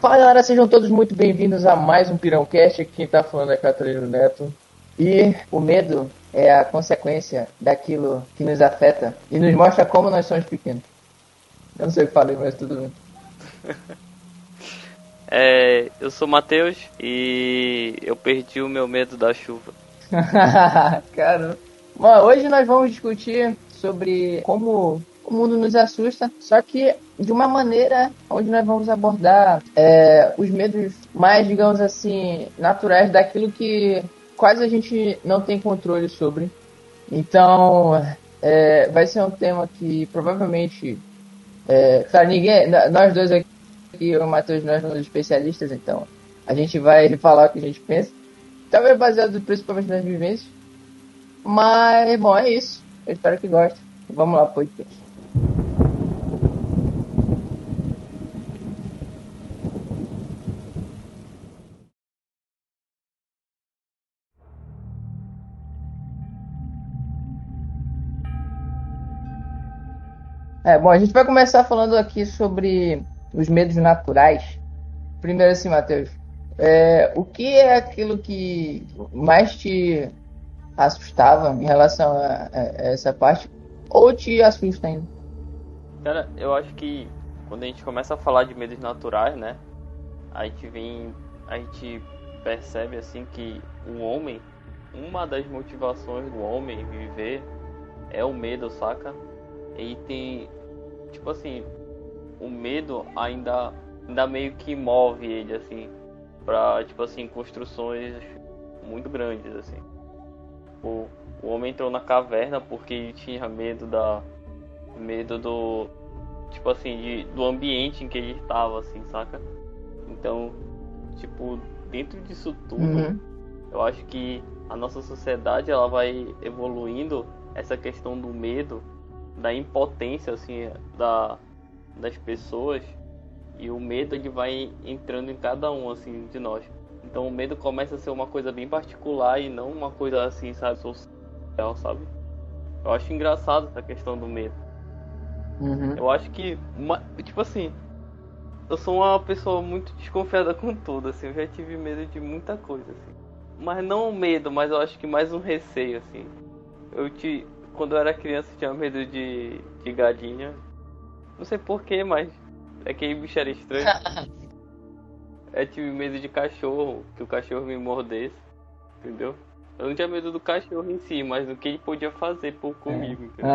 Fala galera, sejam todos muito bem-vindos a mais um Pirãocast. Aqui quem tá falando é Catarino Neto. E o medo é a consequência daquilo que nos afeta e nos mostra como nós somos pequenos. Eu não sei o que falei, mas tudo bem. Eu sou Matheus e eu perdi o meu medo da chuva. Caramba. Bom, hoje nós vamos discutir sobre como o mundo nos assusta, só que de uma maneira onde nós vamos abordar os medos mais, digamos assim, naturais daquilo que quase a gente não tem controle sobre. Então, vai ser um tema que provavelmente, claro, nós dois aqui, eu e o Matheus, nós somos especialistas, então a gente vai falar o que a gente pensa, talvez baseado principalmente nas vivências. Mas, bom, é isso. Eu espero que gostem. Vamos lá, podcast. Bom, a gente vai começar falando aqui sobre os medos naturais. Primeiro assim, Matheus, o que é aquilo que mais te assustava em relação a essa parte? Ou te assusta ainda? Cara, eu acho que quando a gente começa a falar de medos naturais, né? A gente percebe assim que o homem, uma das motivações do homem viver é o medo, saca? E tem, tipo assim, o medo ainda meio que move ele, assim, pra, tipo assim, construções muito grandes, assim. O homem entrou na caverna porque ele tinha medo do, tipo assim, do ambiente em que ele estava, assim, saca? Então, tipo, dentro disso tudo, eu acho que a nossa sociedade, ela vai evoluindo essa questão do medo, da impotência, assim, das pessoas, e o medo ele vai entrando em cada um, assim, de nós. Então o medo começa a ser uma coisa bem particular e não uma coisa assim, sabe, social, sabe? Eu acho engraçado essa questão do medo. Eu acho que, tipo assim, eu sou uma pessoa muito desconfiada com tudo, assim, eu já tive medo de muita coisa, assim. Mas não medo, mas eu acho que mais um receio, assim. Quando eu era criança, eu tinha medo de galinha. Não sei porquê, mas aquele bicho era estranho. Eu tive medo de cachorro, que o cachorro me mordesse, entendeu? Eu não tinha medo do cachorro em si, mas do que ele podia fazer comigo, entendeu?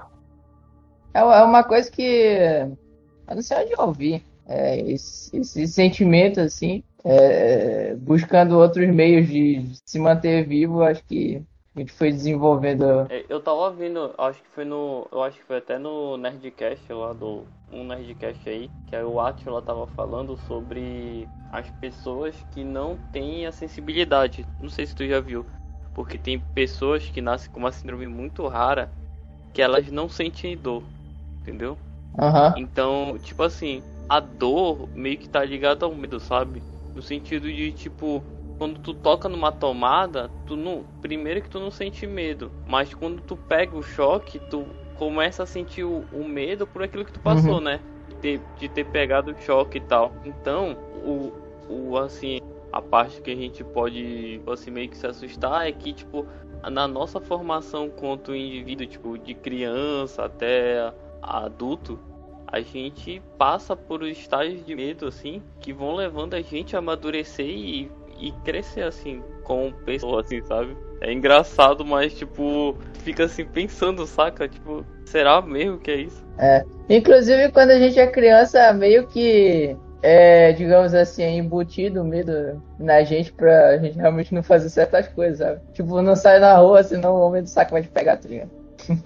É uma coisa que eu não sei onde eu ouvi. Esse sentimento, assim, buscando outros meios de se manter vivo, acho que a gente foi desenvolvendo. Eu tava vendo, eu acho que foi até no Nerdcast lá um Nerdcast aí, que aí o Atila tava falando sobre as pessoas que não têm a sensibilidade. Não sei se tu já viu, porque tem pessoas que nascem com uma síndrome muito rara que elas não sentem dor, entendeu? Então, tipo assim, a dor meio que tá ligada ao medo, sabe? No sentido de, tipo, quando tu toca numa tomada, primeiro que tu não sente medo, mas quando tu pega o choque, tu começa a sentir o medo por aquilo que tu passou, né? De ter pegado o choque e tal. Então, assim, a parte que a gente pode, assim, meio que se assustar é que, tipo, na nossa formação quanto indivíduo, tipo, de criança até adulto, a gente passa por estágios de medo, assim, que vão levando a gente a amadurecer e crescer, assim, como pessoa, assim, sabe? É engraçado, mas, tipo, fica assim pensando, saca? Tipo, será mesmo que é isso? Inclusive, quando a gente é criança, meio que, digamos assim, é embutido o medo na gente pra gente realmente não fazer certas coisas, sabe? Tipo, não sai na rua, senão o homem do saco vai te pegar, tá ligado?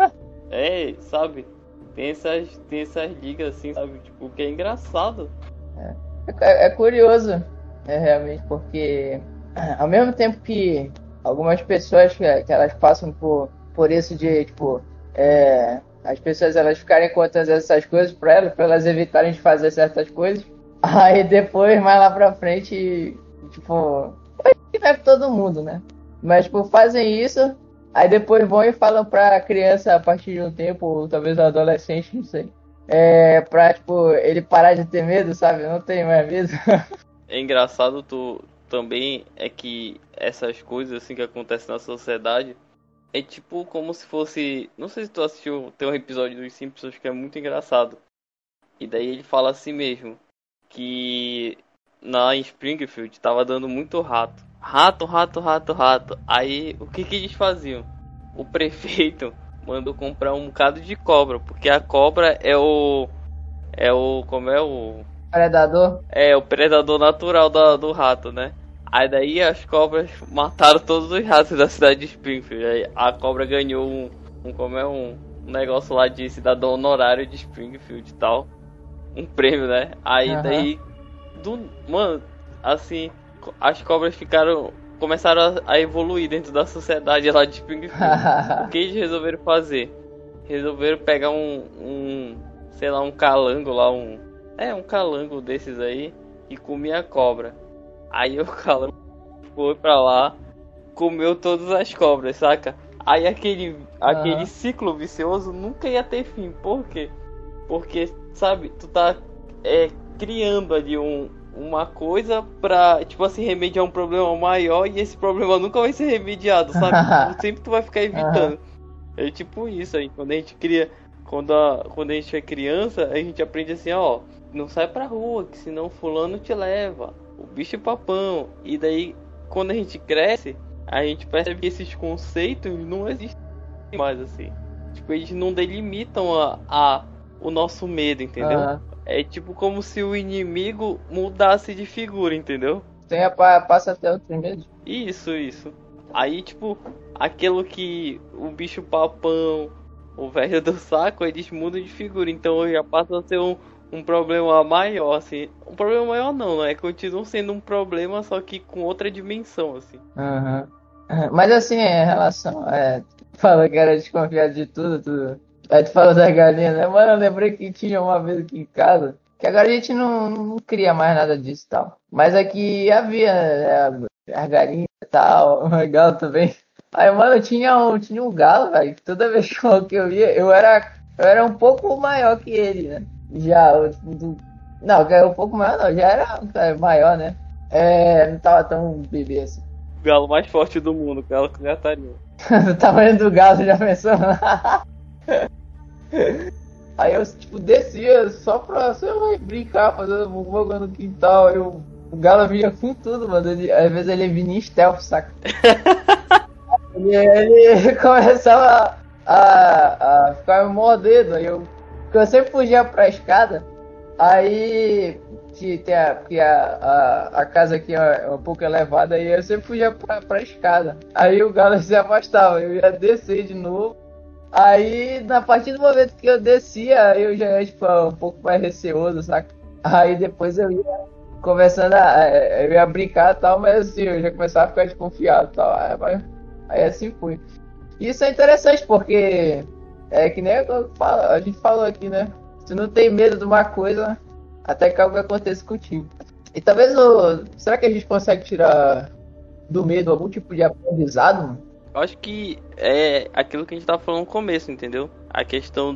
Sabe? Tem essas ligas assim, sabe? Tipo, que é engraçado. É curioso, realmente, porque ao mesmo tempo que algumas pessoas que elas passam por isso de, tipo, as pessoas elas ficarem contando essas coisas pra elas evitarem de fazer certas coisas, aí depois, mais lá pra frente, tipo, não é todo mundo, né? Mas, tipo, fazem isso, aí depois vão e falam pra criança a partir de um tempo, ou talvez um adolescente, não sei. pra, tipo, ele parar de ter medo, sabe? Eu não tenho mais medo. É engraçado tu também é que essas coisas assim que acontecem na sociedade é tipo como se fosse, não sei se tu assistiu, tem um episódio dos Simpsons que é muito engraçado. E daí ele fala assim mesmo, que na Springfield tava dando muito rato. Rato, rato, rato, rato. Aí o que eles faziam? O prefeito mandou comprar um bocado de cobra, porque a cobra como é o Predador. é o predador natural do rato, né? Aí daí as cobras mataram todos os ratos da cidade de Springfield. Aí a cobra ganhou um negócio lá de cidadão honorário de Springfield e tal. Um prêmio, né? Aí daí mano, assim, as cobras começaram a evoluir dentro da sociedade lá de Springfield. O que eles resolveram fazer? Resolveram pegar sei lá, um calango lá, um calango desses aí e comia a cobra. Aí o calango foi pra lá, comeu todas as cobras, saca? Aí aquele ciclo vicioso nunca ia ter fim. Por quê? Porque, sabe, tu tá criando ali uma coisa pra, tipo assim, remediar um problema maior e esse problema nunca vai ser remediado, sabe? Sempre tu vai ficar evitando. É tipo isso aí, quando a gente cria, quando a gente é criança, a gente aprende assim, ó, não sai pra rua, que senão fulano te leva, o bicho é papão. E daí, quando a gente cresce, a gente percebe que esses conceitos não existem mais assim. Tipo, eles não delimitam o nosso medo, entendeu? É tipo como se o inimigo mudasse de figura, entendeu? Passa até outro medo. Isso. Aí, tipo, aquilo que o bicho papão, o velho do saco, eles mudam de figura. Então já passa a ser um problema maior, assim. Um problema maior não, né? Continua sendo um problema, só que com outra dimensão, assim. Mas assim, em relação. Tu falou que era desconfiado de tudo. Aí tu falou das galinhas, né? Mano, eu lembrei que tinha uma vez aqui em casa. Que agora a gente não cria mais nada disso e tal. Mas aqui havia, né, as galinhas e tal, o galo também. Aí, mano, tinha um galo, velho. Toda vez que eu via, eu era um pouco maior que ele, né? Já, não, que era um pouco maior, não, já era maior, né? Não tava tão bebê assim. O galo mais forte do mundo, o galo que gataria. Do tamanho do galo, já pensou? Aí eu, tipo, descia só pra brincar, fazendo fogo no quintal. Aí o galo vinha com tudo, mano. Às vezes ele vinha em stealth, saca? ele começava a ficar me mordendo. Aí eu sempre fugia pra escada. Aí porque a casa aqui é um pouco elevada, aí eu sempre fugia pra escada. Aí o galo se afastava, eu ia descer de novo. Aí, a partir do momento que eu descia, eu já ia, tipo, um pouco mais receoso, saca? Aí depois eu ia começando eu ia brincar e tal, mas assim, eu já começava a ficar desconfiado e tal. Aí assim foi. Isso é interessante porque que nem a gente falou aqui, né? Tu não tem medo de uma coisa até que algo aconteça contigo. E talvez, será que a gente consegue tirar do medo algum tipo de aprendizado, mano? Eu acho que é aquilo que a gente tava falando no começo, entendeu? A questão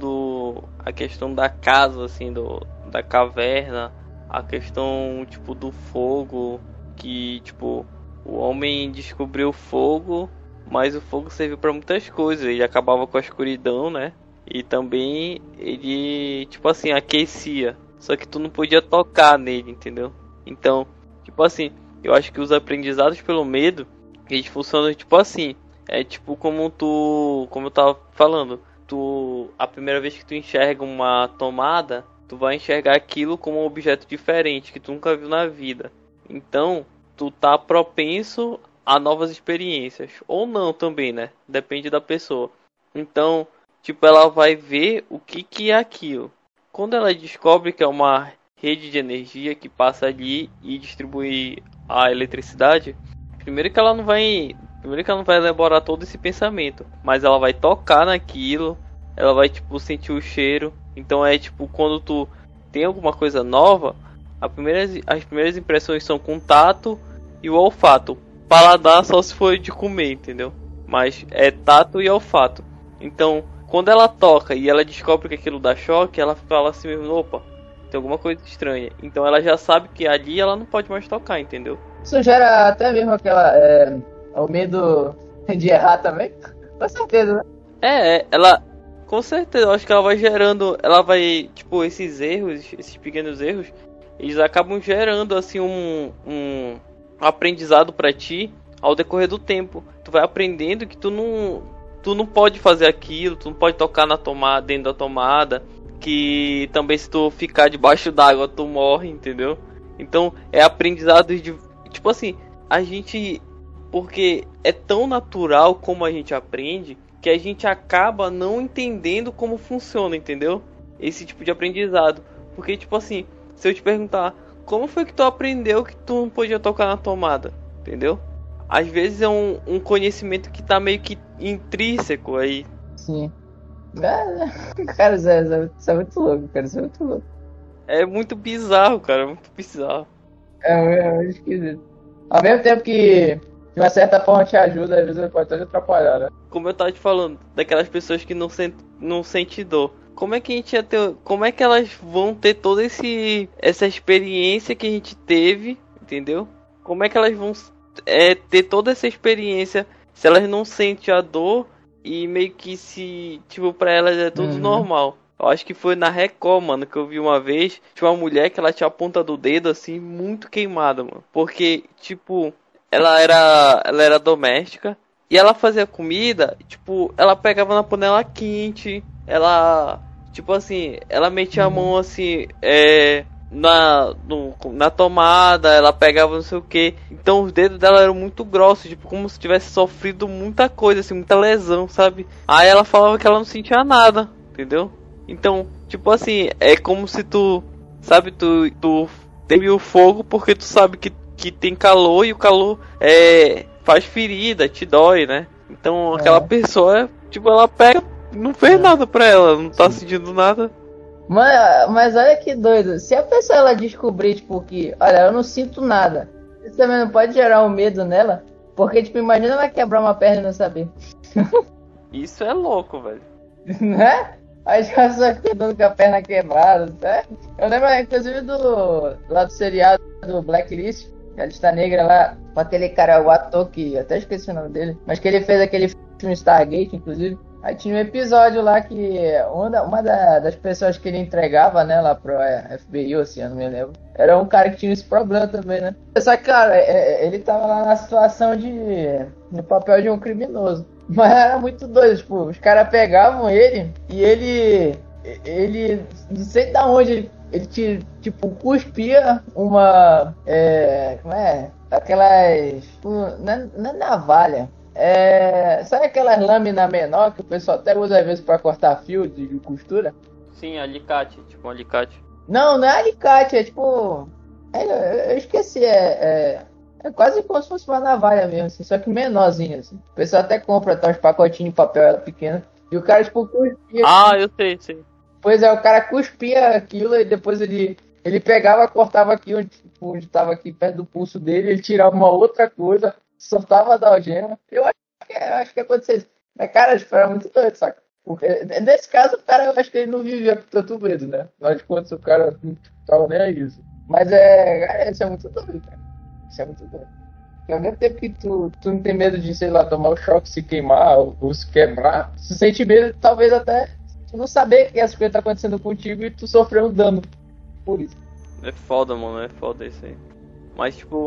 da casa, assim, da caverna, a questão, tipo, do fogo, que, tipo, o homem descobriu o fogo, mas o fogo serviu para muitas coisas. Ele acabava com a escuridão, né? E também ele, tipo assim, aquecia. Só que tu não podia tocar nele, entendeu? Então, tipo assim, eu acho que os aprendizados pelo medo, eles funcionam tipo assim. É tipo como eu tava falando, a primeira vez que tu enxerga uma tomada, tu vai enxergar aquilo como um objeto diferente que tu nunca viu na vida. Então, tu tá propenso a novas experiências, ou não também, né? Depende da pessoa. Então, tipo, ela vai ver o que é aquilo. Quando ela descobre que é uma rede de energia que passa ali e distribui a eletricidade, primeiro que ela não vai elaborar todo esse pensamento, mas ela vai tocar naquilo, ela vai, tipo, sentir o cheiro. Então é tipo, quando tu tem alguma coisa nova, as primeiras impressões são com tato e o olfato. Paladar só se for de comer, entendeu? Mas é tato e olfato. Então, quando ela toca e ela descobre que aquilo dá choque, ela fala assim mesmo, opa, tem alguma coisa estranha. Então ela já sabe que ali ela não pode mais tocar, entendeu? Isso gera até mesmo o medo de errar também? Com certeza, né? Ela, com certeza, eu acho que ela vai gerando, ela vai, tipo, esses erros, esses pequenos erros, eles acabam gerando, assim, um aprendizado pra ti ao decorrer do tempo. Tu vai aprendendo que tu não pode fazer aquilo, tu não pode tocar na tomada, dentro da tomada, que também se tu ficar debaixo d'água tu morre, entendeu? Então é aprendizado de, tipo assim, a gente, porque é tão natural como a gente aprende, que a gente acaba não entendendo como funciona, entendeu? Esse tipo de aprendizado. Porque, tipo assim, se eu te perguntar, como foi que tu aprendeu que tu não podia tocar na tomada? Entendeu? Às vezes é um conhecimento que tá meio que intrínseco aí. Sim. Cara, isso é muito louco, cara. Isso é muito louco. É muito bizarro, cara. É muito bizarro. É muito esquisito. Ao mesmo tempo que, de uma certa forma, te ajuda, às vezes pode até te atrapalhar, né? Como eu tava te falando, daquelas pessoas que não sente dor. Como é que a gente ia ter. Como é que elas vão ter toda essa experiência que a gente teve, entendeu? Como é que elas vão ter toda essa experiência se elas não sentem a dor e meio que se, tipo, pra elas é tudo normal. Eu acho que foi na Record, mano, que eu vi uma vez. Tinha uma mulher que ela tinha a ponta do dedo, assim, muito queimada, mano. Porque, tipo, ela era doméstica. E ela fazia comida, tipo, ela pegava na panela quente. Ela, tipo assim, ela metia a mão, assim, na tomada, ela pegava não sei o que. Então os dedos dela eram muito grossos, tipo, como se tivesse sofrido muita coisa, assim, muita lesão, sabe? Aí ela falava que ela não sentia nada, entendeu? Então, tipo assim, é como se tu, sabe, tu teme o fogo porque tu sabe que tem calor e o calor faz ferida, te dói, né? Então aquela pessoa, tipo, ela pega, não fez nada pra ela, não tá sentindo nada. Mas olha que doido. Se a pessoa ela descobrir, tipo, que, olha, eu não sinto nada, isso também não pode gerar um medo nela? Porque, tipo, imagina ela quebrar uma perna e não saber. Isso é louco, velho. Né? As pessoas que andando com a perna quebrada, né? Eu lembro, inclusive, lá do seriado do Blacklist, a lista negra lá, com aquele cara, o ator que, até esqueci o nome dele, mas que ele fez aquele filme Stargate, inclusive. Aí tinha um episódio lá que das pessoas que ele entregava, né, lá pro FBI, ou assim, eu não me lembro, era um cara que tinha esse problema também, né? Só que, cara, ele tava lá na situação no papel de um criminoso. Mas era muito doido, tipo, os caras pegavam ele e ele, não sei da onde, ele tipo, cuspia uma, como é? Aquelas, não é navalha. Sabe aquelas lâminas menor que o pessoal até usa às vezes pra cortar fio de costura? Sim, alicate, tipo um alicate. Não é alicate, é tipo. Eu esqueci, é quase como se fosse uma navalha mesmo, assim, só que menorzinha, assim. O pessoal até compra uns pacotinhos de papel pequeno. E o cara, tipo, cuspia. Ah, eu sei. Pois é, o cara cuspia aquilo e depois ele pegava, cortava aqui onde tava aqui perto do pulso dele, ele tirava uma outra coisa, soltava da algema. Eu acho que aconteceu isso. Mas, cara, tipo, era muito doido, saca? Porque, nesse caso, o cara, eu acho que ele não vivia com tanto medo, né? Afinal de contas, o cara não tava nem a isso. Mas cara, isso é muito doido, cara. Isso é muito doido. Porque ao mesmo tempo que tu não tem medo de, sei lá, tomar o choque, se queimar ou se quebrar, tu sente medo, talvez até tu não saber que essa coisa tá acontecendo contigo e tu sofreu um dano por isso. É foda, mano, é foda isso aí. Mas, tipo,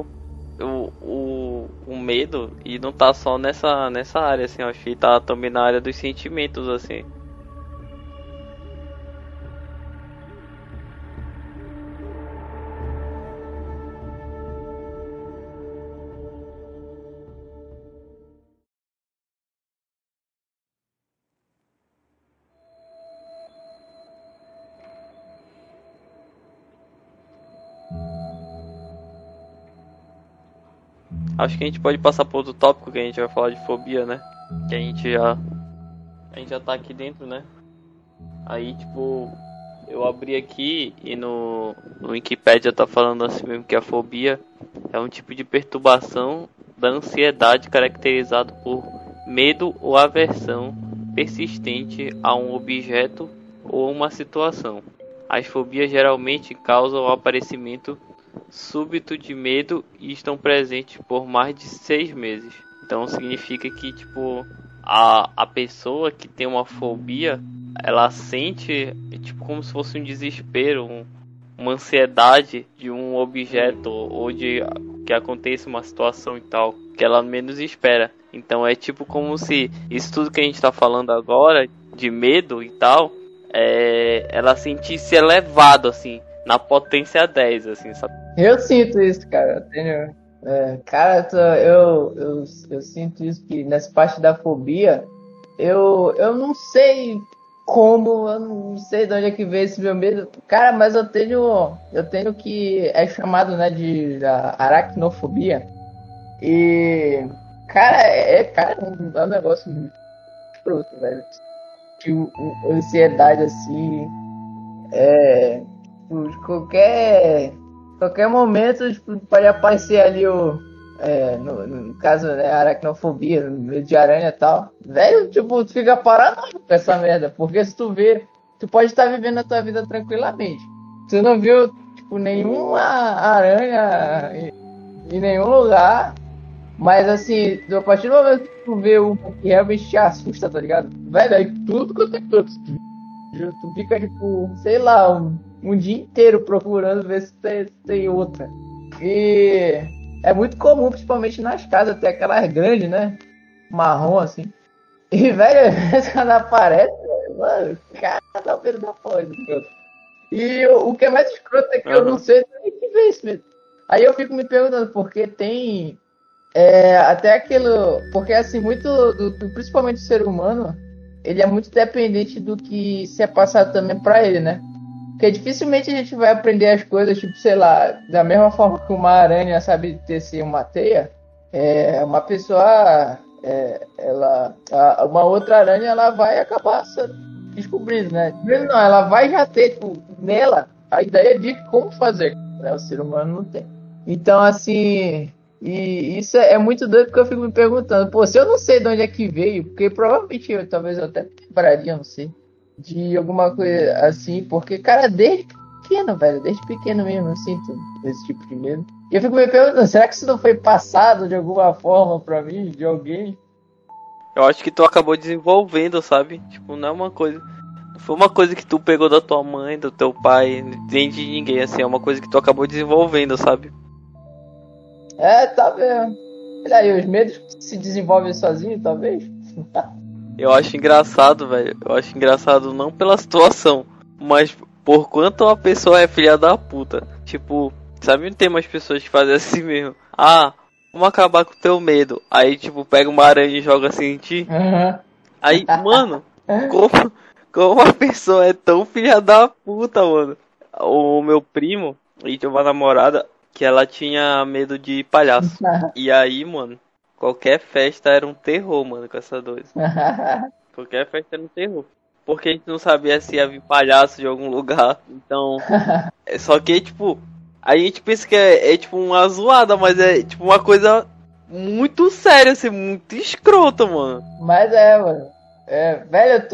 o medo, e não tá só nessa área, assim, eu acho que tá também na área dos sentimentos, assim. Acho que a gente pode passar para outro tópico, que a gente vai falar de fobia, né? Que a gente já tá aqui dentro, né? Aí, tipo, eu abri aqui e no Wikipedia tá falando assim mesmo que a fobia é um tipo de perturbação da ansiedade caracterizado por medo ou aversão persistente a um objeto ou uma situação. As fobias geralmente causam o aparecimento súbito de medo e estão presentes por mais de 6 meses. Então significa que tipo a pessoa que tem uma fobia, ela sente tipo como se fosse um desespero, uma ansiedade de um objeto ou de que aconteça uma situação e tal que ela menos espera. Então é tipo como se isso tudo que a gente tá falando agora de medo e tal, ela sentisse elevado assim na potência 10, assim, sabe? Eu sinto isso, cara. Eu tenho. Cara, eu sinto isso que nessa parte da fobia, eu não sei como, eu não sei de onde é que veio esse meu medo. Cara, mas eu tenho que é chamado, né, de aracnofobia. E, cara, é um negócio muito escroto, velho. Que ansiedade assim, tipo, de qualquer momento tipo, pode aparecer ali no caso, né, aracnofobia, medo de aranha e tal. Velho, tipo, tu fica paranoico com essa merda, porque se tu vê, tu pode estar vivendo a tua vida tranquilamente. Tu não viu, tipo, nenhuma aranha em nenhum lugar, mas assim, a partir do momento que tu vê uma que realmente te assusta, tá ligado? Velho, aí tudo quanto é canto, tu fica, tipo, sei lá, um dia inteiro procurando ver se tem outra. E é muito comum, principalmente nas casas, ter aquelas grandes, né? Marrom, assim. E, velho, às vezes quando aparece, mano, cara, dá o medo da porra. E o que é mais escroto é que eu não sei nem que vê isso mesmo. Aí eu fico me perguntando, porque tem até aquilo. Porque assim, muito principalmente o ser humano, ele é muito dependente do que se é passado também pra ele, né? Porque dificilmente a gente vai aprender as coisas, tipo, sei lá, da mesma forma que uma aranha sabe tecer uma teia, uma pessoa, uma outra aranha, ela vai acabar descobrindo, né? Descobrindo não, ela vai já ter, tipo, nela a ideia de como fazer, né? O ser humano não tem. Então, assim, e isso é muito doido porque eu fico me perguntando, pô, se eu não sei de onde é que veio, porque provavelmente talvez eu até lembraria, não sei, de alguma coisa assim, porque, cara, desde pequeno, velho, desde pequeno mesmo eu sinto esse tipo de medo. E eu fico me perguntando, será que isso não foi passado de alguma forma pra mim, de alguém? Eu acho que tu acabou desenvolvendo, sabe? Tipo, não é uma coisa. Não foi uma coisa que tu pegou da tua mãe, do teu pai, nem de ninguém, assim. É uma coisa que tu acabou desenvolvendo, sabe? Tá vendo. Olha aí, os medos se desenvolvem sozinhos, talvez? Eu acho engraçado, velho. Eu acho engraçado não pela situação, mas por quanto a pessoa é filha da puta. Tipo, sabe, tem umas pessoas que fazem assim mesmo. Ah, vamos acabar com o teu medo. Aí, tipo, pega uma aranha e joga assim em ti. Uhum. Aí, mano, como a pessoa é tão filha da puta, mano. O meu primo, ele tinha uma namorada que ela tinha medo de palhaço. E aí, mano, qualquer festa era um terror, mano, com essa dois. Qualquer festa era um terror. Porque a gente não sabia se ia vir palhaço de algum lugar. Então, só que, tipo, a gente pensa que é tipo uma zoada, mas é tipo uma coisa muito séria, assim, muito escrota, mano. Mas mano. Velho,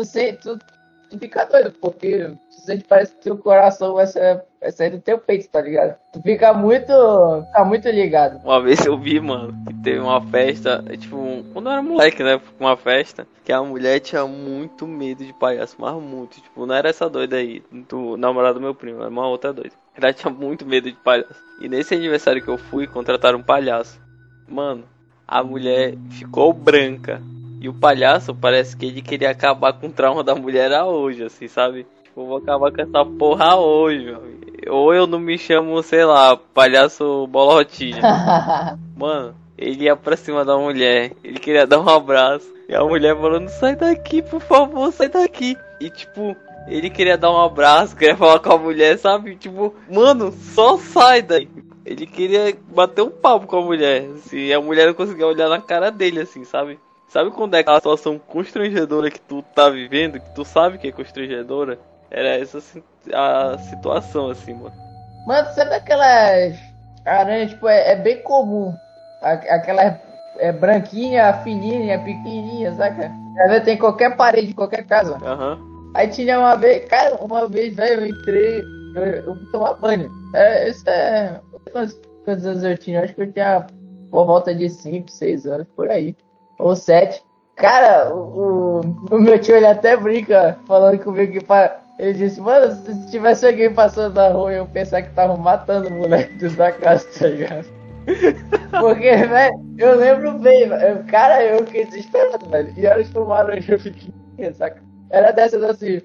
tu fica doido, porque tu sente, parece que teu coração vai sair do teu peito, tá ligado? Tu fica muito ligado. Uma vez eu vi, mano, que teve uma festa, tipo, quando eu era moleque, né? Uma festa, que a mulher tinha muito medo de palhaço, mas muito. Tipo, não era essa doida aí, do namorado do meu primo, era uma outra doida. Ela tinha muito medo de palhaço. E nesse aniversário que eu fui, contrataram um palhaço. Mano, a mulher ficou branca. E o palhaço parece que ele queria acabar com o trauma da mulher hoje, assim, sabe? Tipo, eu vou acabar com essa porra hoje, meu amigo. Ou eu não me chamo, sei lá, palhaço bolotinha. Mano, ele ia pra cima da mulher, ele queria dar um abraço. E a mulher falando, sai daqui, por favor, sai daqui. E tipo, ele queria dar um abraço, queria falar com a mulher, sabe? Tipo, mano, só sai daí. Ele queria bater um papo com a mulher, assim, e a mulher não conseguia olhar na cara dele, assim, sabe? Sabe quando é aquela situação constrangedora que tu tá vivendo, que tu sabe que é constrangedora? Era essa a situação, assim, mano. Mano, sabe aquelas aranhas, tipo, é bem comum. Aquela branquinha, fininha, pequenininha, saca? Tem qualquer parede, qualquer casa. Aham. Aí tinha uma vez, cara, velho, eu entrei, eu fui tomar banho. Isso é. Quantos anos eu tinha? Acho que eu tinha por volta de 5, 6 anos, por aí. Ou 7. Cara, o meu tio ele até brinca falando comigo que ele disse, mano, se tivesse alguém passando na rua, eu pensar que tava matando o moleque dentro da casa, tá ligado? Porque, velho, eu lembro bem, cara, eu fiquei desesperado, velho. E elas tomaram e eu fiquei, saca? Era dessas assim.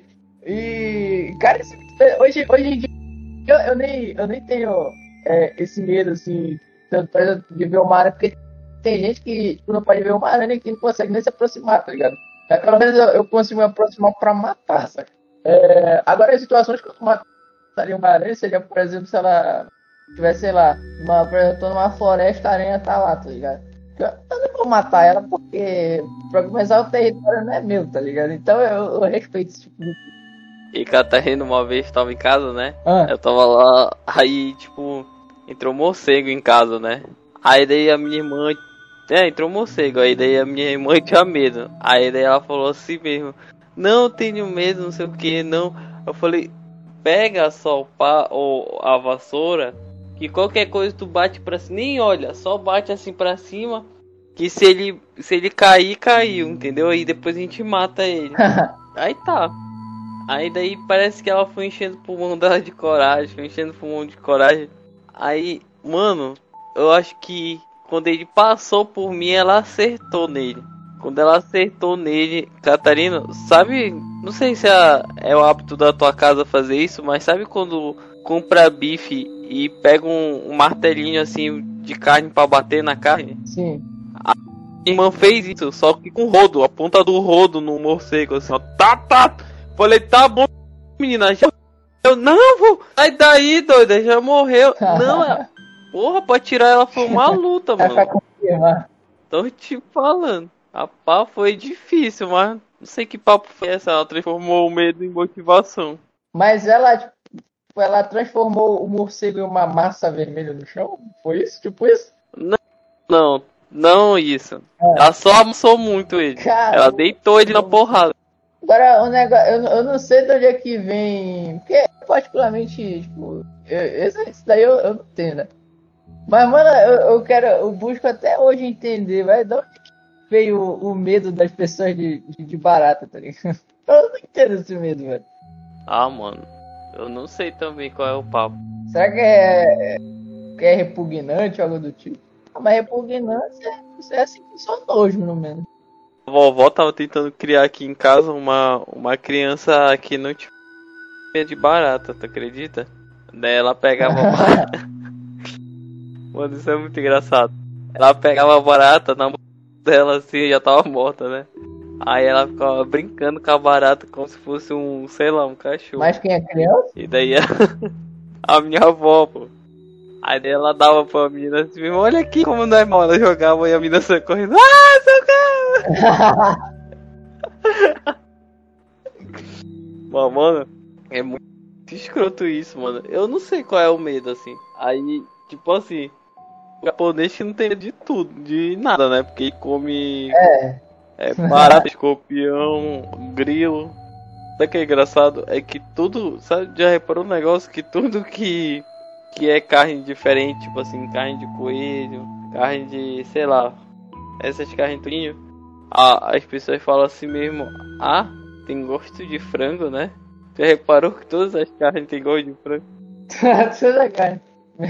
E, cara, hoje em dia eu nem tenho esse medo, assim, tanto de ver uma aranha, porque tem gente que tipo, não pode ver uma aranha que não consegue nem se aproximar, tá ligado? Pelo menos eu consigo me aproximar pra matar, saca? Agora, as situações que eu mataria uma aranha seria, por exemplo, se ela tivesse, sei lá, por exemplo, eu tô numa floresta, a aranha tá lá, tá ligado? Eu não vou matar ela porque, pra começar, o território não é meu, tá ligado? Então eu respeito esse tipo de. E Catarina, uma vez tava em casa, né? Ah. Eu tava lá, aí, tipo, entrou um morcego em casa, né? Aí daí a minha irmã. Entrou um morcego, aí daí a minha irmã tinha medo. Aí daí ela falou assim mesmo: Não tenho medo, não sei o que, não. Eu falei: Pega só a vassoura, que qualquer coisa tu bate pra cima, nem olha, só bate assim pra cima. Que se ele cair, caiu, entendeu? Aí depois a gente mata ele. Aí tá. Aí daí parece que ela foi enchendo o pulmão dela de coragem, foi enchendo o pulmão de coragem. Aí, mano, eu acho que quando ele passou por mim, ela acertou nele. Quando ela acertou nele, Catarina, sabe, não sei se é o hábito da tua casa fazer isso, mas sabe quando compra bife e pega um martelinho assim de carne pra bater na carne? Sim. A minha irmã fez isso, só que com rodo, a ponta do rodo no morcego, assim, ó, tá. Falei, tá bom, menina, já. Eu não vou. Sai daí, doida, já morreu. Não, porra, pra tirar ela foi uma luta, mano. Pra confirmar. Tô te falando. A pá foi difícil, mas não sei que papo foi essa. Ela transformou o medo em motivação. Mas ela transformou o morcego em uma massa vermelha no chão? Foi isso? Tipo isso? Não isso. Ela só amassou muito ele. Cara, ela deitou ele na porrada. Agora, o negócio, eu não sei de onde é que vem. Porque, particularmente, tipo, isso daí eu não entendo, né? Mas, mano, eu busco até hoje entender, vai, de onde veio o medo das pessoas de barata, tá ligado? Eu não entendo esse medo, velho. Ah, mano, eu não sei também qual é o papo. Será que é repugnante ou algo do tipo? Ah, mas repugnância é assim que só nojo, no menos. A vovó tava tentando criar aqui em casa uma criança que não tinha medo de barata, tu acredita? Daí ela pegava barata. Mano, isso é muito engraçado. Ela pegava a barata na mão dela assim, já tava morta, né? Aí ela ficava brincando com a barata como se fosse um, sei lá, um cachorro. Mas quem é criança? E daí a minha avó, pô. Aí daí ela dava pra menina assim, olha aqui como não é mal. Ela jogava e a menina saia correndo. Socorro! Mano, é muito escroto isso, mano. Eu não sei qual é o medo, assim. Aí, tipo assim, o japonês que não tem medo de tudo, de nada, né? Porque ele come barata, escorpião, grilo. Sabe o que é engraçado? É que tudo, sabe, já reparou um negócio que tudo que é carne diferente, tipo assim, carne de coelho, carne de, sei lá, essas carnes tudinho, as pessoas falam assim mesmo, tem gosto de frango, né? Já reparou que todas as carnes têm gosto de frango? Toda carne.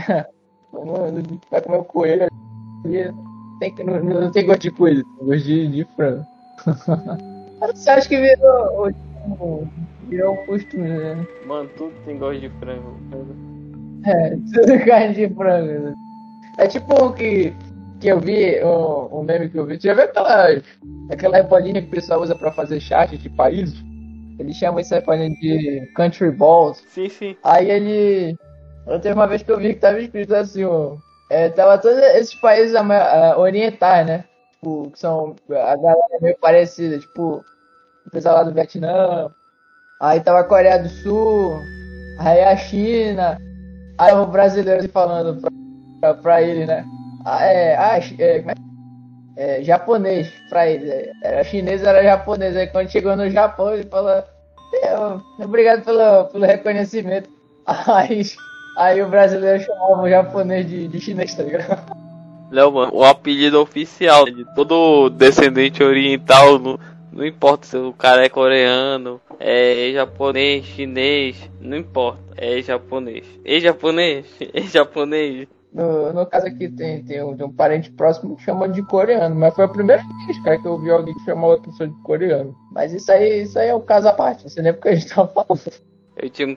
Vai comer o coelho ali, não tem gosto de coelho, tem gosto de frango. Você acha que virou um costume, né? Mano, tudo tem gosto de frango. Tudo carne de frango. Né? É tipo o que eu vi, um meme que eu vi. Você já viu aquela bolinha que o pessoal usa pra fazer chat de países? Eles chamam essa bolinha de country balls. Sim. Aí eu teve uma vez que eu vi que tava escrito assim, tava todos esses países orientais, né? Tipo, que são a galera meio parecida, tipo, o pessoal lá do Vietnã. Aí tava a Coreia do Sul, aí a China, aí o brasileiro falando pra ele, né? japonês pra ele. Era chinês, era japonês. Aí quando chegou no Japão, ele falou: obrigado pelo reconhecimento. Aí, aí o brasileiro chamava o japonês de chinês, tá ligado? Não, mano, o apelido oficial de todo descendente oriental, não importa se o cara é coreano, é japonês, chinês, não importa, é japonês. É japonês, é japonês. No caso aqui tem um parente próximo que chama de coreano, mas foi a primeira vez, cara, que eu vi alguém que chamou a pessoa de coreano. Mas isso aí é o caso à parte, não sei nem porque a gente tava falando. Eu tinha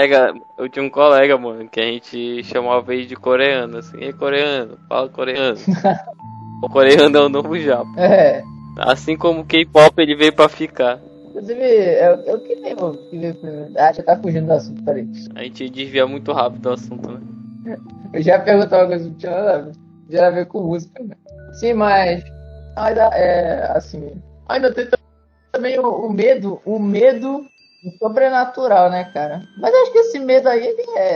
um colega, mano, que a gente chamava ele de coreano, assim, é coreano, fala coreano. O coreano é o novo japa. É. Assim como o K-pop ele veio pra ficar. Inclusive, é o que veio primeiro. Ah, já tá fugindo do assunto, peraí. A gente desvia muito rápido do assunto, né? Eu já perguntei uma coisa que tinha nada a ver. Já a ver com música, né? Sim, mas ainda assim. Ainda tem também o medo do sobrenatural, né, cara? Mas eu acho que esse medo aí,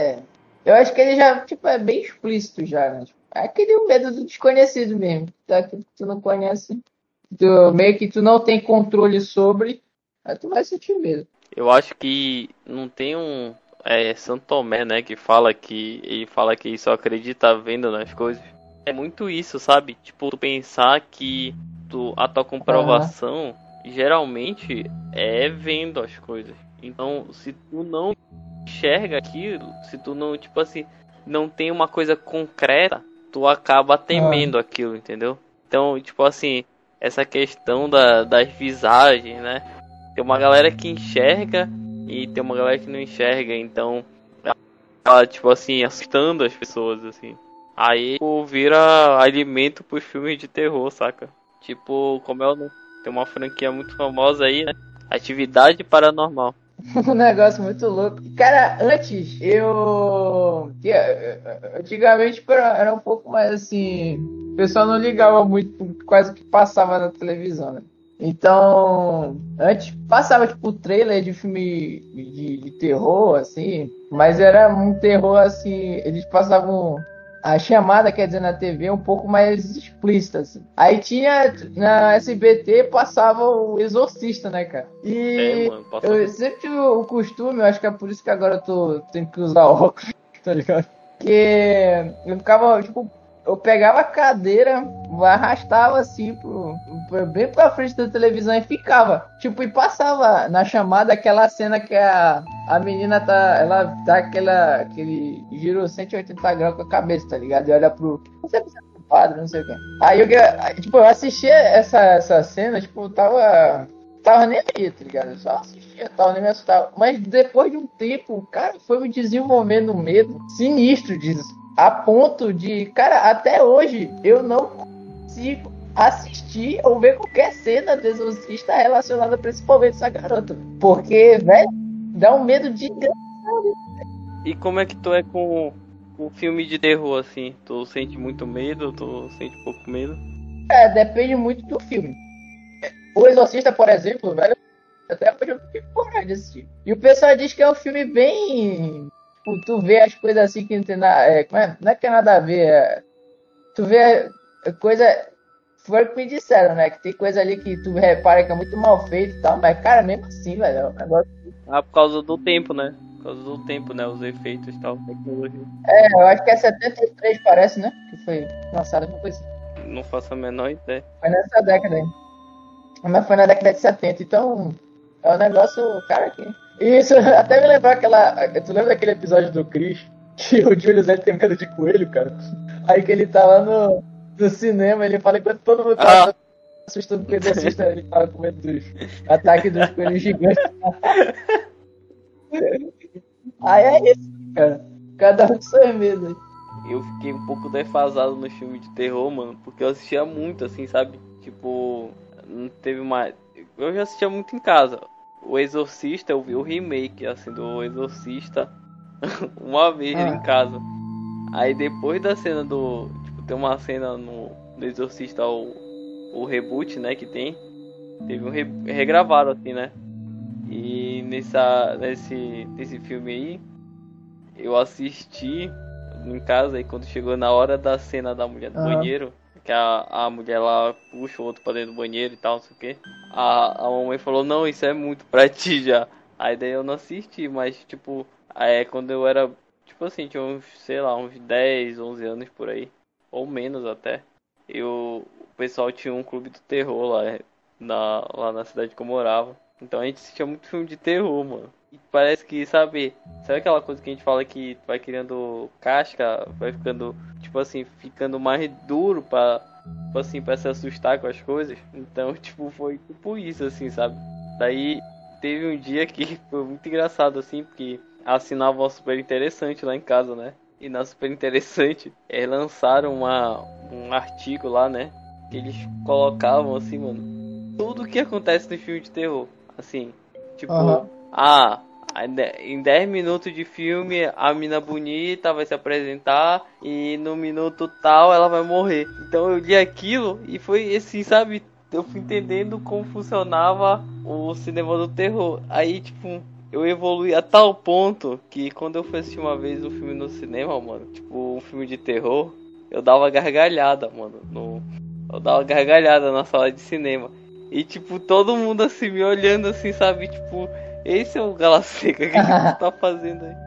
eu acho que ele já, tipo, é bem explícito já, né? Tipo, é aquele medo do desconhecido mesmo. Daquilo que tu não conhece, meio que tu não tem controle sobre, aí tu vai sentir medo. Eu acho que não tem um Santo Tomé, né, que fala que ele só acredita vendo nas coisas. É muito isso, sabe? Tipo, tu pensar que a tua comprovação geralmente é vendo as coisas. Então, se tu não enxerga aquilo, se tu não, tipo assim, não tem uma coisa concreta, tu acaba temendo aquilo, entendeu? Então, tipo assim, essa questão das visagens, né? Tem uma galera que enxerga e tem uma galera que não enxerga, então ela, tipo assim, assustando as pessoas, assim. Aí, tipo, vira alimento pros filmes de terror, saca? Tipo, como é o nome? Tem uma franquia muito famosa aí, né? Atividade Paranormal. Um negócio muito louco. Cara, antes antigamente era um pouco mais assim. O pessoal não ligava muito por quase que passava na televisão, né? Então, antes passava tipo trailer de filme de terror, assim, mas era um terror assim. Eles passavam a chamada, quer dizer, na TV um pouco mais explícita, assim. Aí tinha na SBT passava o Exorcista, né, cara? E Mano, eu sempre tive o costume, eu acho que é por isso que agora tenho que usar óculos, tá ligado? Que eu ficava, tipo, eu pegava a cadeira, arrastava assim bem pra frente da televisão e ficava. Tipo, e passava na chamada aquela cena que a menina ela dá aquele giro 180 graus com a cabeça, tá ligado? E olha não sei se é pro padre, não sei o que. Tipo, eu assistia essa cena, tipo, eu tava nem aí, tá ligado? Eu só assistia, tava nem me assustava. Mas depois de um tempo, cara, foi me desenvolvendo um medo sinistro disso. A ponto de, cara, até hoje eu não consigo assistir ou ver qualquer cena do Exorcista relacionada principalmente a essa garota. Porque, velho, dá um medo de. E como é que tu é com filme de terror, assim? Tu sente muito medo? Tu sente pouco medo? Depende muito do filme. O Exorcista, por exemplo, velho, até hoje eu fico com coragem de assistir. E o pessoal diz que é um filme bem. Tipo, tu vê as coisas assim que não tem nada. Não é que tem nada a ver. Tu vê coisa. Foi o que me disseram, né? Que tem coisa ali que tu repara que é muito mal feito e tal, mas, cara, mesmo assim, velho, é um negócio. Ah, por causa do tempo, né? Por causa do tempo, né? Os efeitos e tal, tecnologia. Eu acho que é 73, parece, né? Que foi lançado uma coisa assim. Não faço a menor ideia. Foi nessa década aí. Mas foi na década de 70, então é um negócio, cara, que. Isso até me lembrar Tu lembra daquele episódio do Chris? Que o Julius ele tem medo de coelho, cara. Aí que ele tá lá no cinema, ele fala enquanto todo mundo tá assustando com o exorcista, ele fala com medo dos ataques dos coelhos gigantes. Aí é isso, cara. Cada um com seus medos. Eu fiquei um pouco defasado no filme de terror, mano, porque eu assistia muito, assim, sabe? Tipo, não teve mais. Eu já assistia muito em casa. O Exorcista, eu vi o remake, assim, do Exorcista uma vez em casa. Aí depois da cena do. Tipo, tem uma cena no Exorcista, o reboot, né, que tem. Teve um regravado, assim, né? E nesse filme aí, eu assisti em casa e quando chegou na hora da cena da mulher do banheiro, que a mulher lá puxa o outro pra dentro do banheiro e tal, não sei o que. A mamãe falou, não, isso é muito pra ti já. Aí daí eu não assisti, mas tipo, quando eu era, tipo assim, tinha uns, sei lá, uns 10, 11 anos por aí, ou menos até. O pessoal tinha um clube do terror lá na cidade que eu morava. Então a gente assistia muito filme de terror, mano. E parece que, sabe aquela coisa que a gente fala que vai criando casca, vai ficando, tipo assim, ficando mais duro tipo assim, pra se assustar com as coisas. Então, tipo, foi tipo isso, assim, sabe? Daí teve um dia que foi muito engraçado, assim, porque assinava uma Super Interessante lá em casa, né? E na Super Interessante, eles lançaram um artigo lá, né? Que eles colocavam, assim, mano, tudo que acontece no filme de terror. Assim, tipo, Aham. em 10 minutos de filme, a mina bonita vai se apresentar e no minuto tal ela vai morrer. Então eu li aquilo e foi assim, sabe? Eu fui entendendo como funcionava o cinema do terror. Aí, tipo, eu evolui a tal ponto que quando eu fui assistir uma vez um filme no cinema, mano, tipo, um filme de terror, eu dava gargalhada, mano. Eu dava gargalhada na sala de cinema. E, tipo, todo mundo assim me olhando assim, sabe? Tipo, esse é o Gala Seca, o que que tu tá fazendo aí?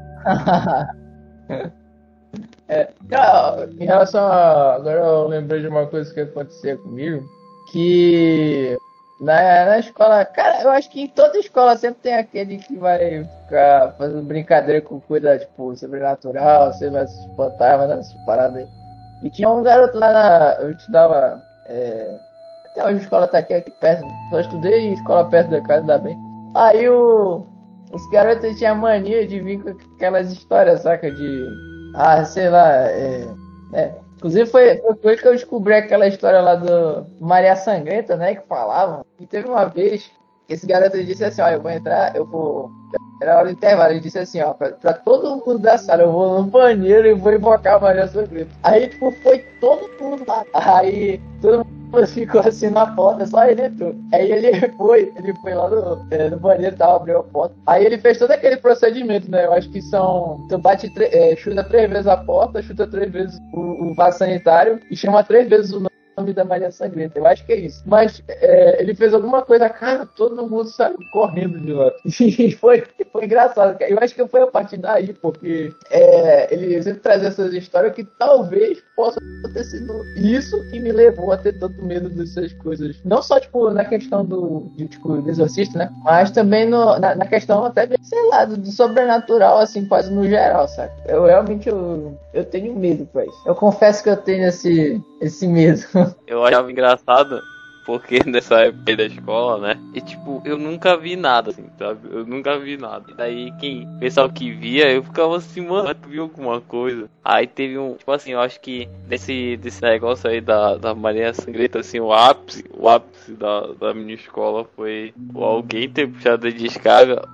Cara, em relação a. Agora eu lembrei de uma coisa que acontecia comigo, que na escola, cara, eu acho que em toda escola sempre tem aquele que vai ficar fazendo brincadeira com coisa, tipo, sobrenatural, você vai se espantar, vai nessas paradas aí. E tinha um garoto lá eu estudava, até hoje a escola tá aqui perto, só estudei em escola perto da casa, ainda bem. Aí os garotos tinham mania de vir com aquelas histórias, saca? Sei lá, Inclusive foi que eu descobri aquela história lá do Maria Sangrenta, né? Que falavam. E teve uma vez que esse garoto disse assim, ó, eu vou entrar, eu vou. Era hora do intervalo, ele disse assim, ó, pra todo mundo da sala, eu vou no banheiro e vou invocar a Maria Sangrenta. Aí, tipo, foi todo mundo lá. Aí, todo mundo ficou assim na porta, só ele entrou. Aí ele foi lá no banheiro e tal, abriu a porta. Aí ele fez todo aquele procedimento, né? Eu acho que tu chuta 3 vezes a porta, chuta 3 vezes o vaso sanitário e chama 3 vezes o nome da Maria Sangrenta. Eu acho que é isso. Mas ele fez alguma coisa, cara, todo mundo saiu correndo de lá. E foi engraçado. Eu acho que foi a partir daí, porque ele sempre traz essas histórias que talvez possa ter sido isso que me levou a ter tanto medo dessas coisas. Não só, tipo, na questão do exorcista, né? Mas também na questão até, sei lá, do sobrenatural, assim, quase no geral, sabe? Eu realmente eu tenho medo pra isso. Eu confesso que eu tenho esse medo. Eu achava engraçado porque nessa época aí da escola, né? E tipo, eu nunca vi nada, assim, sabe? Eu nunca vi nada. E daí, o pessoal que via, eu ficava assim, mano, tu viu alguma coisa? Aí teve tipo assim, eu acho que desse negócio aí da Maria Sangrenta, assim, o ápice da minha escola foi alguém ter puxado a descarga,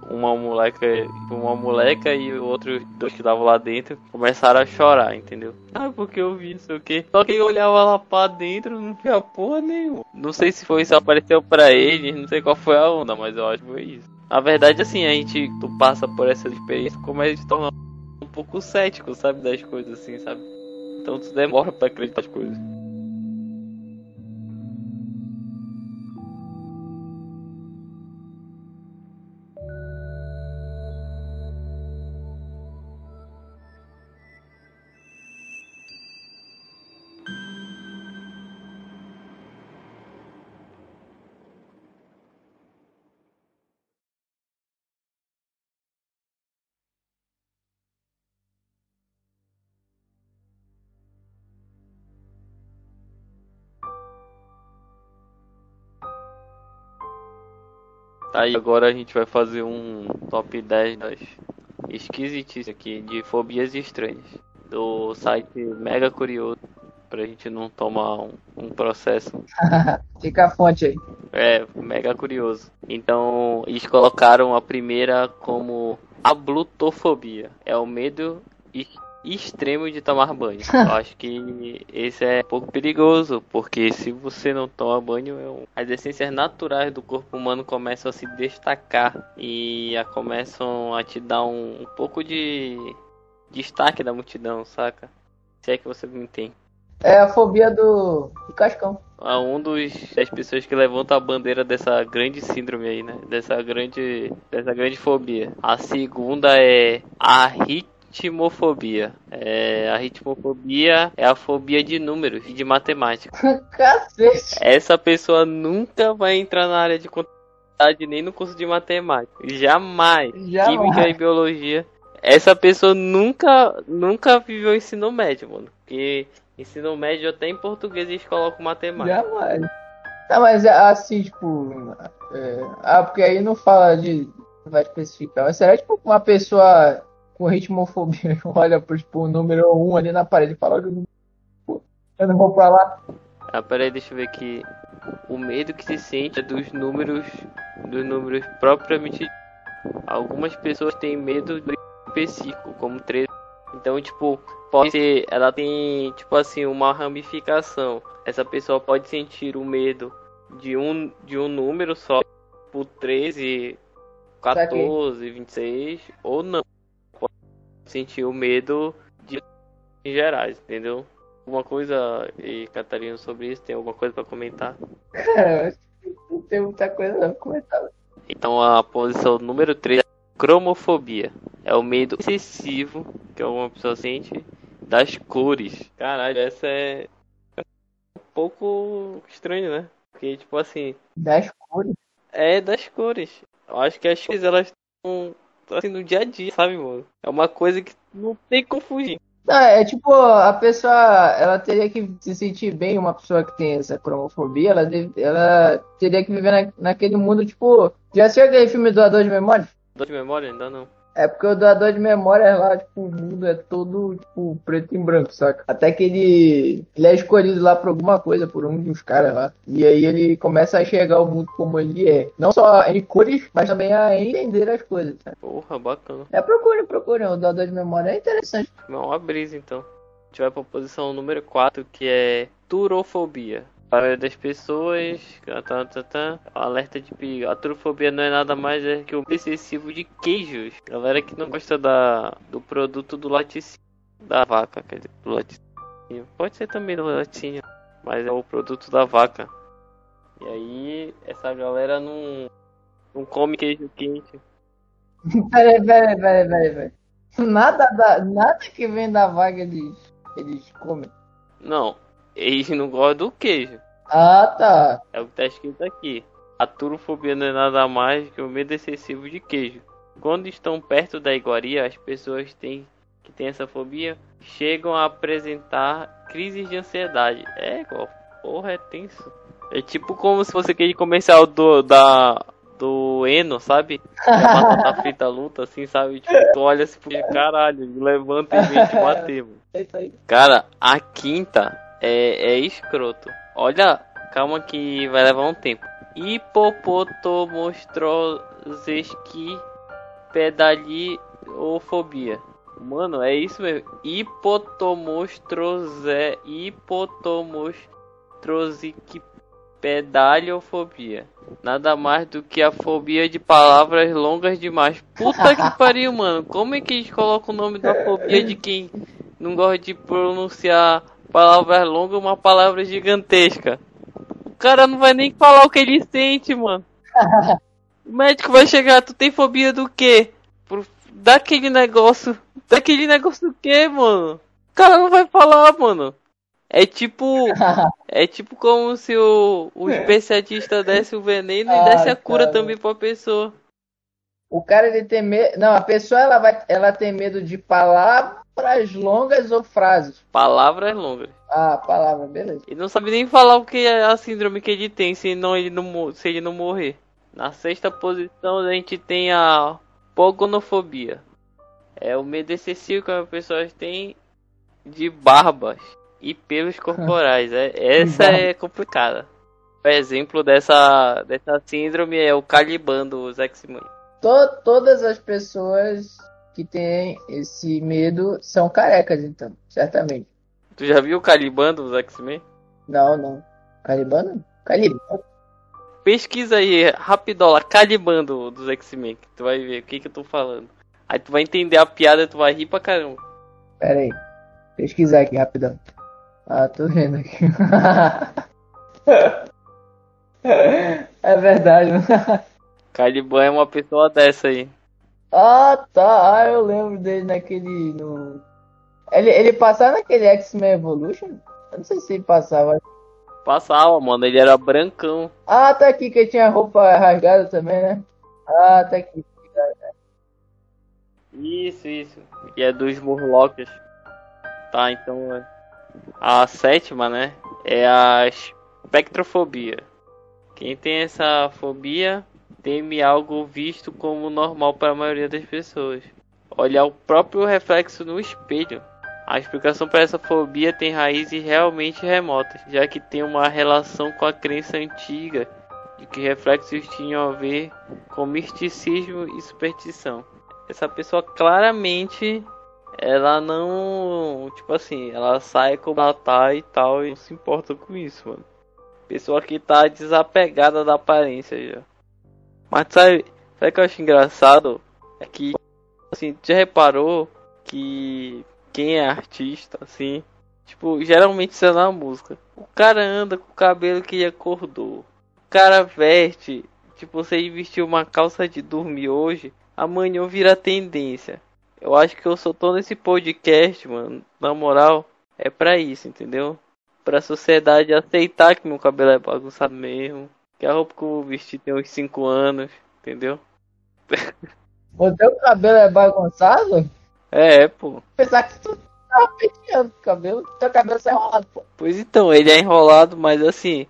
uma moleca e outros dois que estavam lá dentro começaram a chorar, entendeu? Ah, porque eu vi, não sei o que. Só que eu olhava lá pra dentro, não via porra nenhuma. Não sei se foi isso apareceu pra eles, não sei qual foi a onda, mas eu acho que foi isso. Na verdade, assim, tu passa por essa experiência, começa a se tornar um pouco cético, sabe, das coisas assim, sabe? Então tu demora pra acreditar nas coisas. Tá, e agora a gente vai fazer um top 10 das esquisitices aqui de fobias estranhas. Do site Mega Curioso, pra gente não tomar um processo. Fica a fonte aí. É, Mega Curioso. Então, eles colocaram a primeira como a glutofobia. É o medo extremo de tomar banho. Eu acho que esse é um pouco perigoso, porque se você não toma banho, as essências naturais do corpo humano começam a se destacar e começam a te dar um pouco de destaque da multidão, saca? Se é que você me entende. É a fobia do Cascão. Das pessoas que levantam a bandeira dessa grande síndrome aí, né? Dessa grande fobia. A segunda é a ritmofobia. A ritmofobia é a fobia de números e de matemática. Cacete. Essa pessoa nunca vai entrar na área de contabilidade nem no curso de matemática. Jamais. Química e biologia. Essa pessoa nunca viveu ensino médio, mano. Porque ensino médio até em português eles colocam matemática. Jamais. Tá, mas assim, tipo. Porque aí não fala de. Não vai especificar. Mas será tipo uma pessoa com ritmofobia olha pro tipo, o número 1 ali na parede e fala que eu não vou pra lá? Peraí, deixa eu ver aqui. O medo que se sente é dos números propriamente. Algumas pessoas têm medo do específico, como 13. Então, tipo, pode ser, ela tem, tipo assim, uma ramificação. Essa pessoa pode sentir o medo de um número só, por 13, 14, 26, ou não. Pode sentir o medo de em gerais, entendeu? Alguma coisa, Catarina, sobre isso? Tem alguma coisa pra comentar? Cara, não tem muita coisa pra comentar. Então, a posição número 3 é a cromofobia. É o medo excessivo que alguma pessoa sente das cores. Caralho, essa é um pouco estranho, né? Porque, tipo assim... Das cores? É, das cores. Eu acho que as cores, elas estão assim no dia a dia, sabe, mano? É uma coisa que não tem como fugir. Não, é tipo, a pessoa, ela teria que se sentir bem, uma pessoa que tem essa cromofobia, ela teria que viver naquele mundo, tipo... Já assistiu aquele filme Doador de Memória? Dor de memória? Ainda não. É porque o doador de memória lá, tipo, o mundo é todo, tipo, preto e branco, saca? Até que ele é escolhido lá por alguma coisa, por um dos caras lá. E aí ele começa a enxergar o mundo como ele é. Não só em cores, mas também a entender as coisas, sabe? Porra, bacana. Procurem. O doador de memória é interessante. Não, uma brisa, então. A gente vai pra posição número 4, que é turofobia. Para das pessoas, alerta de perigo. A turofobia não é nada mais que o excessivo de queijos. Galera que não gosta do produto do laticínio da vaca, quer dizer, do laticínio. Pode ser também do laticínio, mas é o produto da vaca. E aí, essa galera não come queijo quente. Peraí. Nada que vem da vaga eles comem. Não, eles não gostam do queijo. Ah, tá. É o que tá escrito aqui. A turofobia não é nada mais que o medo excessivo de queijo. Quando estão perto da iguaria, as pessoas que têm essa fobia chegam a apresentar crises de ansiedade. Porra, é tenso. É tipo como se fosse aquele comercial do Eno, sabe? Que a batata frita luta, assim, sabe? Tipo, tu olha assim, caralho, levanta e vem te bater, mano. É isso aí. Cara, a quinta é escroto. Olha, calma que vai levar um tempo. Hipopotomostrozeski pedaliofobia. Mano, é isso mesmo. Hipotomostrozic pedaliofobia. Nada mais do que a fobia de palavras longas demais. Puta que pariu, mano. Como é que eles colocam o nome da fobia de quem não gosta de pronunciar palavras longas, uma palavra gigantesca? O cara não vai nem falar o que ele sente, mano. O médico vai chegar, tu tem fobia do quê? Daquele negócio do quê, mano? O cara não vai falar, mano. É tipo como se o especialista desse o veneno e desse a cura também pra pessoa. O cara ele tem medo. Não, a pessoa ela tem medo de palavras longas ou frases. Palavras longas. Palavra, beleza. Ele não sabe nem falar o que é a síndrome que ele tem, se ele não morrer. Na sexta posição a gente tem a pogonofobia. É o medo excessivo que as pessoas têm de barbas e pelos corporais. Essa é complicada. O exemplo dessa síndrome é o Caliban dos X-Men. Todas as pessoas que têm esse medo são carecas, então, certamente. Tu já viu o Caliban dos X-Men? Não. Caliban não? Caliban. Pesquisa aí, rapidola, Caliban dos X-Men, que tu vai ver o que eu tô falando. Aí tu vai entender a piada e tu vai rir pra caramba. Pera aí. Pesquisar aqui rapidão. Ah, tô vendo aqui. É verdade, mano. Caliban é uma pessoa dessa aí. Ah, tá. Ah, eu lembro dele naquele. No... ele passava naquele X-Men Evolution? Eu não sei se ele passava. Passava, mano, ele era brancão. Ah, tá aqui que ele tinha roupa rasgada também, né? Ah, tá aqui. Isso. E é dos Murlocs. Tá, então a sétima, né? É a espectrofobia. Quem tem essa fobia teme algo visto como normal para a maioria das pessoas. Olhar o próprio reflexo no espelho. A explicação para essa fobia tem raízes realmente remotas, já que tem uma relação com a crença antiga de que reflexos tinham a ver com misticismo e superstição. Essa pessoa claramente ela não, tipo assim, ela sai como ela tá e tal e não se importa com isso, mano. Pessoa que tá desapegada da aparência já. Mas sabe o que eu acho engraçado? É que, assim, já reparou que quem é artista, assim, tipo, geralmente isso é na música. O cara anda com o cabelo que acordou. O cara veste, tipo, você vestiu uma calça de dormir hoje, amanhã vira tendência. Eu acho que eu só tô nesse podcast, mano, na moral, é pra isso, entendeu? Pra sociedade aceitar que meu cabelo é bagunçado mesmo. Que a roupa que eu vou vestir tem uns 5 anos, entendeu? O teu cabelo é bagunçado? É, pô. Pensar que tu tava penteando o cabelo. Teu cabelo sai enrolado, pô. Pois então, ele é enrolado, mas assim,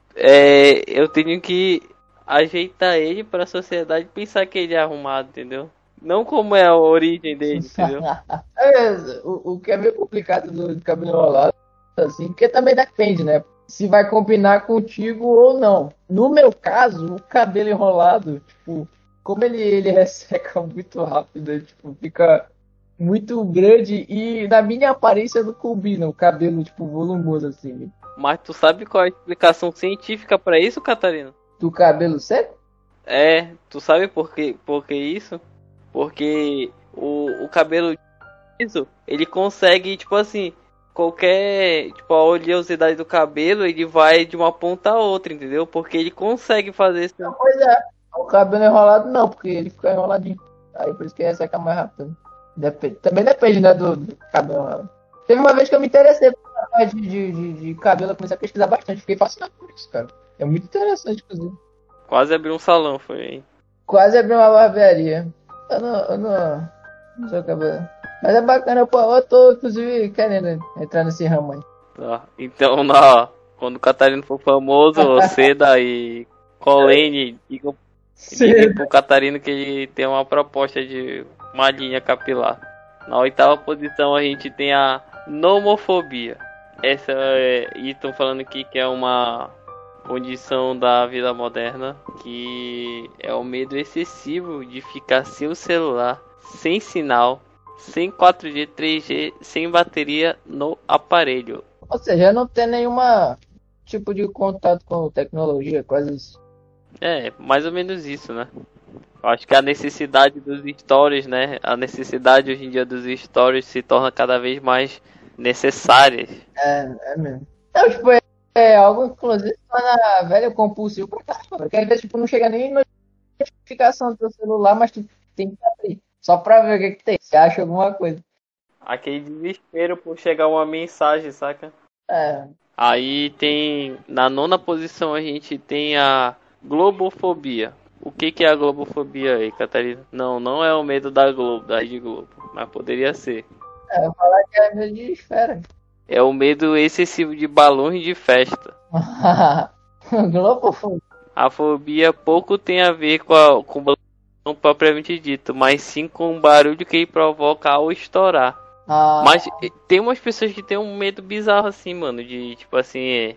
eu tenho que ajeitar ele pra sociedade pensar que ele é arrumado, entendeu? Não como é a origem dele, entendeu? É, o que é meio complicado do cabelo enrolado, assim, porque também depende, né? Se vai combinar contigo ou não. No meu caso, o cabelo enrolado, tipo, como ele resseca muito rápido, tipo, fica muito grande e na minha aparência não combina o cabelo, tipo, volumoso, assim, Mas tu sabe qual é a explicação científica pra isso, Catarina? do cabelo seco. Tu sabe por que isso? Porque o cabelo liso, ele consegue, tipo assim, qualquer, tipo, a oleosidade do cabelo, ele vai de uma ponta a outra, entendeu? Porque ele consegue fazer isso. Pois é, o cabelo enrolado não, porque ele fica enroladinho. Aí por isso que resseca mais rápido. Também depende, né, do cabelo enrolado. Teve uma vez que eu me interessei por essa parte de cabelo, eu comecei a pesquisar bastante, fiquei fascinado por isso, cara. É muito interessante, inclusive. Quase abriu um salão, foi aí. Quase abri uma barbearia. Eu não sou cabelo. Mas é bacana, pô, eu tô, inclusive, querendo entrar nesse ramo aí. Tá. Então, quando o Catarino for famoso, você daí, Colene, diga pro Catarino que ele tem uma proposta de uma linha capilar. Na oitava posição a gente tem a nomofobia. Essa e estão falando aqui que é uma condição da vida moderna, que é o medo excessivo de ficar sem o celular, sem sinal, sem 4G, 3G, sem bateria no aparelho. Ou seja, não tem nenhuma tipo de contato com tecnologia, quase isso. É, mais ou menos isso, né? Eu acho que a necessidade dos stories, né? A necessidade hoje em dia dos stories se torna cada vez mais necessária. É mesmo. Não, tipo, é algo, inclusive, na velha compulsivo pra caramba. Porque às vezes, tipo, não chega nem notificação do teu celular, mas tu tem que abrir. Só pra ver o que que tem. Se acha alguma coisa. Aquele desespero por chegar uma mensagem, saca? É. Aí tem, na nona posição a gente tem a globofobia. O que é a globofobia aí, Catarina? Não, não é o medo da Globo, da Rede Globo, mas poderia ser. É, eu falar que é meio de esfera. É o medo excessivo de balões de festa. Globo. A fobia pouco tem a ver com o balão propriamente dito, mas sim com o barulho que ele provoca ao estourar. Ah, Mas tem umas pessoas que tem um medo bizarro assim, mano, de tipo assim,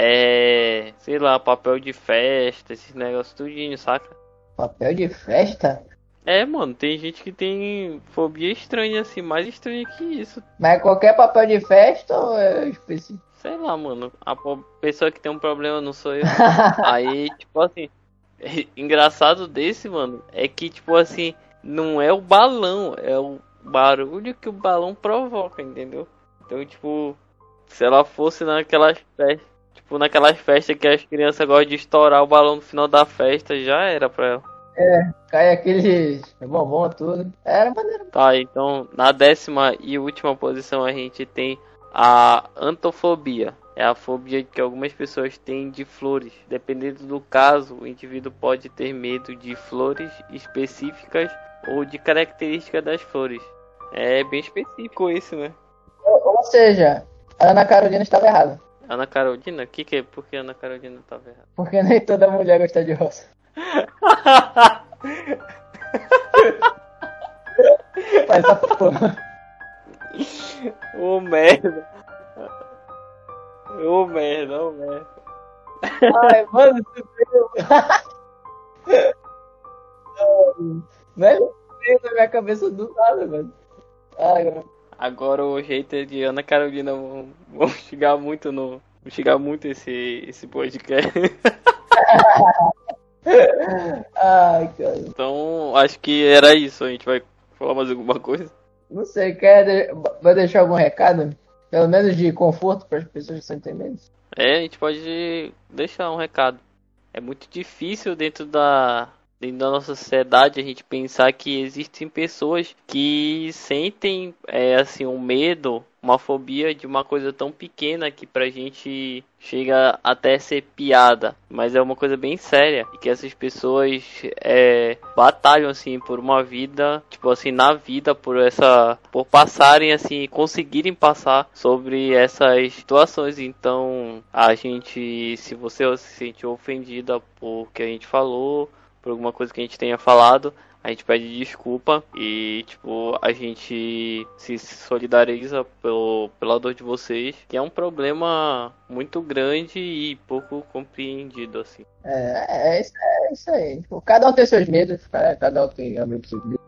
sei lá, papel de festa, esses negócios tudinho, saca? papel de festa? É, mano, tem gente que tem fobia estranha assim, mais estranha que isso. Mas é qualquer papel de festa ou é específico? Sei lá, mano, pessoa que tem um problema não sou eu. Aí, tipo assim, engraçado desse, mano, é que tipo assim, não é o balão, é o barulho que o balão provoca, entendeu? Então, tipo, Se ela fosse naquelas festas, tipo naquelas festas que as crianças gostam de estourar o balão no final da festa, já era pra ela. Cai aqueles bombom, tudo. Era maneiro. Tá, então na 10ª e última posição a gente tem a antofobia. É a fobia que algumas pessoas têm de flores. Dependendo do caso, o indivíduo pode ter medo de flores específicas ou de características das flores. É bem específico isso, né? Ou seja, a Ana Carolina estava errada. Ana Carolina? Por que Ana Carolina estava errada? Porque nem toda mulher gosta de rosa. Faz essa porra. Ô merda. Ô merda, ô merda. Ai, mano, velho, veio na minha cabeça do nada, mano. Ai, mano. Agora o hater de Ana Carolina vão xingar muito no. Vão xingar muito esse podcast. Ai, cara. Então acho que era isso. A gente vai falar mais alguma coisa? Não sei, vai deixar algum recado? Pelo menos de conforto para as pessoas que estão entendendo? A gente pode deixar um recado. É muito difícil dentro da nossa sociedade a gente pensar que existem pessoas que sentem assim um medo, uma fobia de uma coisa tão pequena que pra gente chega até ser piada, mas é uma coisa bem séria e que essas pessoas batalham assim por uma vida, tipo assim, na vida por passarem assim, conseguirem passar sobre essas situações. Então, se você se sentiu ofendida por que a gente falou, por alguma coisa que a gente tenha falado, a gente pede desculpa e, tipo, a gente se solidariza pela dor de vocês, que é um problema muito grande e pouco compreendido, assim. É isso aí. Tipo, cada um tem seus medos, cada um tem realmente seus medos.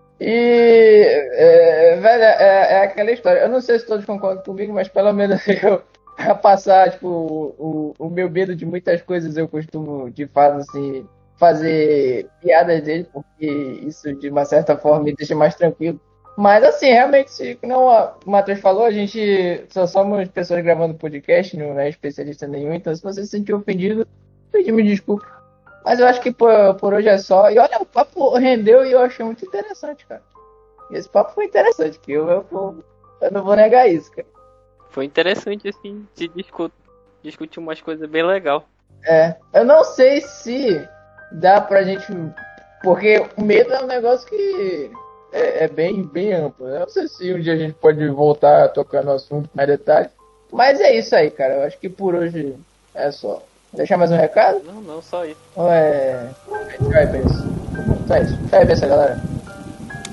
E, velho, é aquela história. Eu não sei se todos concordam comigo, mas pelo menos eu, a passar, tipo, o meu medo de muitas coisas, eu costumo, de fato, assim, fazer piadas dele, porque isso de uma certa forma me deixa mais tranquilo. Mas assim, realmente, como o Matheus falou, a gente só somos pessoas gravando podcast, não é especialista nenhum, então se você se sentiu ofendido, pedi-me desculpa. Mas eu acho que por hoje é só. E olha, o papo rendeu e eu achei muito interessante, cara. Esse papo foi interessante, que eu não vou negar isso, cara. Foi interessante, assim, de discutir umas coisas bem legal. Eu não sei se dá pra gente. Porque o medo é um negócio que é bem amplo. Eu não sei se um dia a gente pode voltar a tocar no assunto com mais detalhes. Mas é isso aí, cara. Eu acho que por hoje é só. Deixar mais um recado? Não, só isso. Ou é. Tchau e benção. Só isso. Tchau e benção,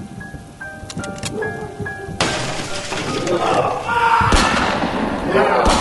galera.